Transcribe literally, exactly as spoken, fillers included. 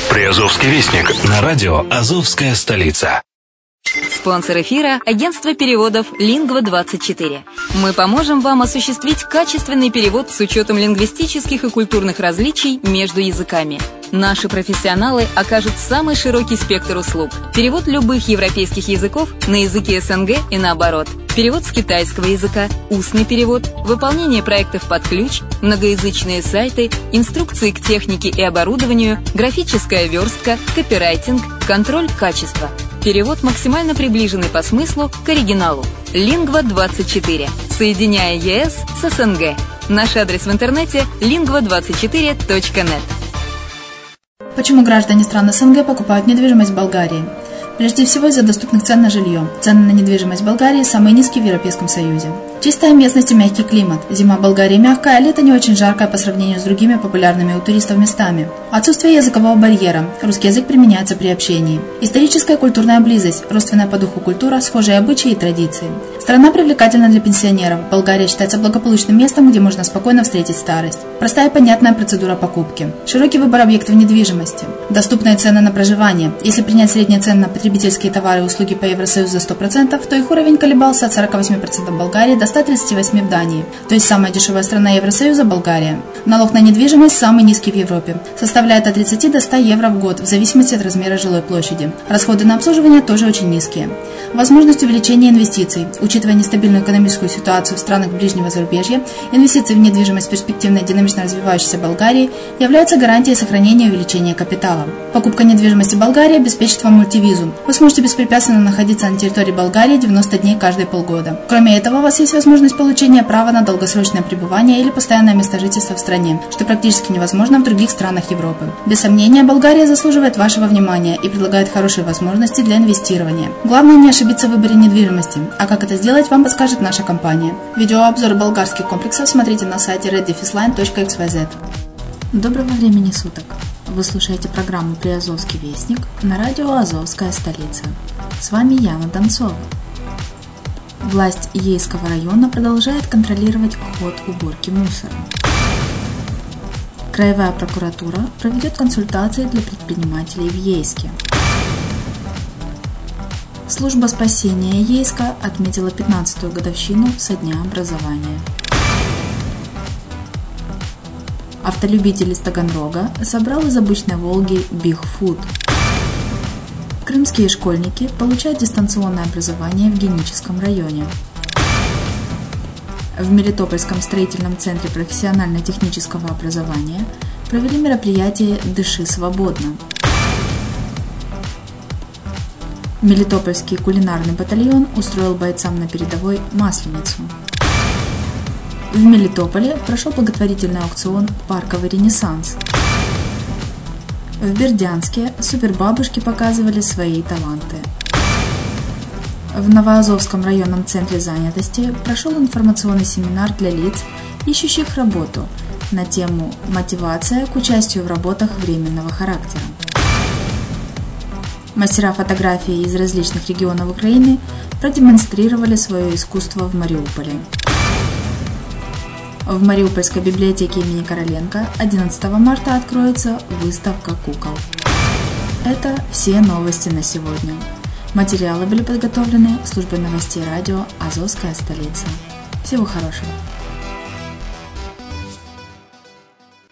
Приазовский вестник на радио «Азовская столица». Спонсор эфира – агентство переводов Лингва двадцать четыре. Мы поможем вам осуществить качественный перевод с учетом лингвистических и культурных различий между языками. Наши профессионалы окажут самый широкий спектр услуг. Перевод любых европейских языков на языки СНГ и наоборот. Перевод с китайского языка, устный перевод, выполнение проектов под ключ, многоязычные сайты, инструкции к технике и оборудованию, графическая верстка, копирайтинг, контроль качества. Перевод максимально приближенный по смыслу к оригиналу. Лингва двадцать четыре. Соединяя ЕС с СНГ. Наш адрес в интернете лингва двадцать четыре точка нет. Почему граждане стран СНГ покупают недвижимость в Болгарии? Прежде всего из-за доступных цен на жилье. Цены на недвижимость в Болгарии самые низкие в Европейском Союзе. Чистая местность и мягкий климат. Зима в Болгарии мягкая, а лето не очень жаркое по сравнению с другими популярными у туристов местами. Отсутствие языкового барьера. Русский язык применяется при общении. Историческая и культурная близость. Родственная по духу культура, схожие обычаи и традиции. Страна привлекательна для пенсионеров. Болгария считается благополучным местом, где можно спокойно встретить старость. Простая и понятная процедура покупки. Широкий выбор объектов недвижимости. Доступные цены на проживание. Если принять средние цены на потребительские товары и услуги по Евросоюзу за сто процентов, то их уровень колебался от сорок восемь процентов в Болгарии до ста тридцати восьми процентов в Дании. То есть самая дешевая страна Евросоюза – Болгария. Налог на недвижимость самый низкий в Европе. Составляет от тридцати до ста евро в год, в зависимости от размера жилой площади. Расходы на обслуживание тоже очень низкие. Возможность увеличения инвестиций. Учитывая нестабильную экономическую ситуацию в странах ближнего зарубежья, инвестиции в недвижимость в перспективной динамично развивающейся Болгарии являются гарантией сохранения и увеличения капитала. Покупка недвижимости в Болгарии обеспечит вам мультивизу. Вы сможете беспрепятственно находиться на территории Болгарии девяносто дней каждые полгода. Кроме этого, у вас есть возможность получения права на долгосрочное пребывание или постоянное место жительства в стране, что практически невозможно в других странах Европы. Без сомнения, Болгария заслуживает вашего внимания и предлагает хорошие возможности для инвестирования. Главное не ошибиться в выборе недвижимости, а как это сделать, вам подскажет наша компания. Видеообзор болгарских комплексов смотрите на сайте red defis line точка икс вай зет. Доброго времени суток! Вы слушаете программу «Приазовский вестник» на радио «Азовская столица». С вами Яна Донцова. Власть Ейского района продолжает контролировать ход уборки мусора. Краевая прокуратура проведет консультации для предпринимателей в Ейске. Служба спасения Ейска отметила пятнадцатую годовщину со дня образования. Автолюбитель из Таганрога собрал из обычной Волги Бигфут. Крымские школьники получают дистанционное образование в Геническом районе. В Мелитопольском строительном центре профессионально-технического образования провели мероприятие «Дыши свободно». Мелитопольский кулинарный батальон устроил бойцам на передовой масленицу. В Мелитополе прошел благотворительный аукцион «Парковый ренессанс». В Бердянске супербабушки показывали свои таланты. В Новоазовском районном центре занятости прошел информационный семинар для лиц, ищущих работу, на тему «Мотивация к участию в работах временного характера». Мастера фотографии из различных регионов Украины продемонстрировали свое искусство в Мариуполе. В Мариупольской библиотеке имени Короленко одиннадцатого марта откроется выставка кукол. Это все новости на сегодня. Материалы были подготовлены службой новостей радио «Азовская столица». Всего хорошего!